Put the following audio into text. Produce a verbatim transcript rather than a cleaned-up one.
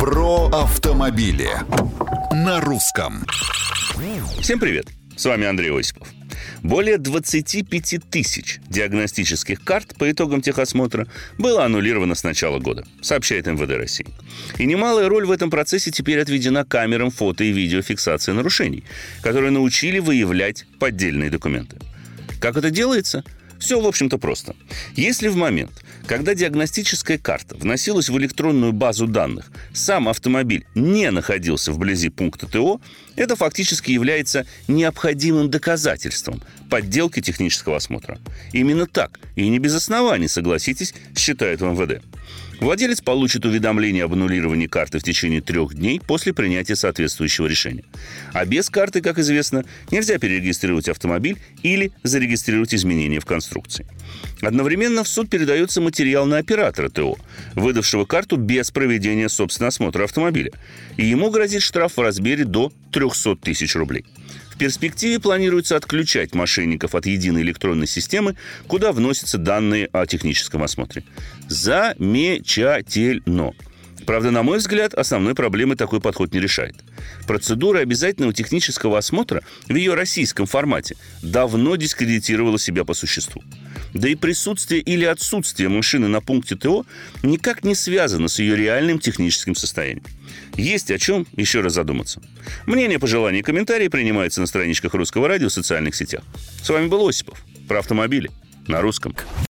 Про автомобили на русском. Всем привет! С вами Андрей Осипов. Более двадцать пять тысяч диагностических карт по итогам техосмотра было аннулировано с начала года, сообщает эм вэ дэ России. И немалая роль в этом процессе теперь отведена камерам фото- и видеофиксации нарушений, которые научили выявлять поддельные документы. Как это делается? Все, в общем-то, просто. Если в момент, когда диагностическая карта вносилась в электронную базу данных, сам автомобиль не находился вблизи пункта ТО, это фактически является необходимым доказательством подделки технического осмотра. Именно так, и не без оснований, согласитесь, считают в эм вэ дэ. Владелец получит уведомление об аннулировании карты в течение трех дней после принятия соответствующего решения. А без карты, как известно, нельзя перерегистрировать автомобиль или зарегистрировать изменения в конструкции. Одновременно в суд передается материал на оператора ТО, выдавшего карту без проведения собственного осмотра автомобиля. И ему грозит штраф в размере до триста тысяч рублей. В перспективе планируется отключать мошенников от единой электронной системы, куда вносятся данные о техническом осмотре. Замечательно. Правда, на мой взгляд, основной проблемы такой подход не решает. Процедура обязательного технического осмотра в ее российском формате давно дискредитировала себя по существу. Да и присутствие или отсутствие машины на пункте ТО никак не связано с ее реальным техническим состоянием. Есть о чем еще раз задуматься. Мнения, пожелания и комментарии принимаются на страничках Русского радио в социальных сетях. С вами был Осипов. Про автомобили на русском.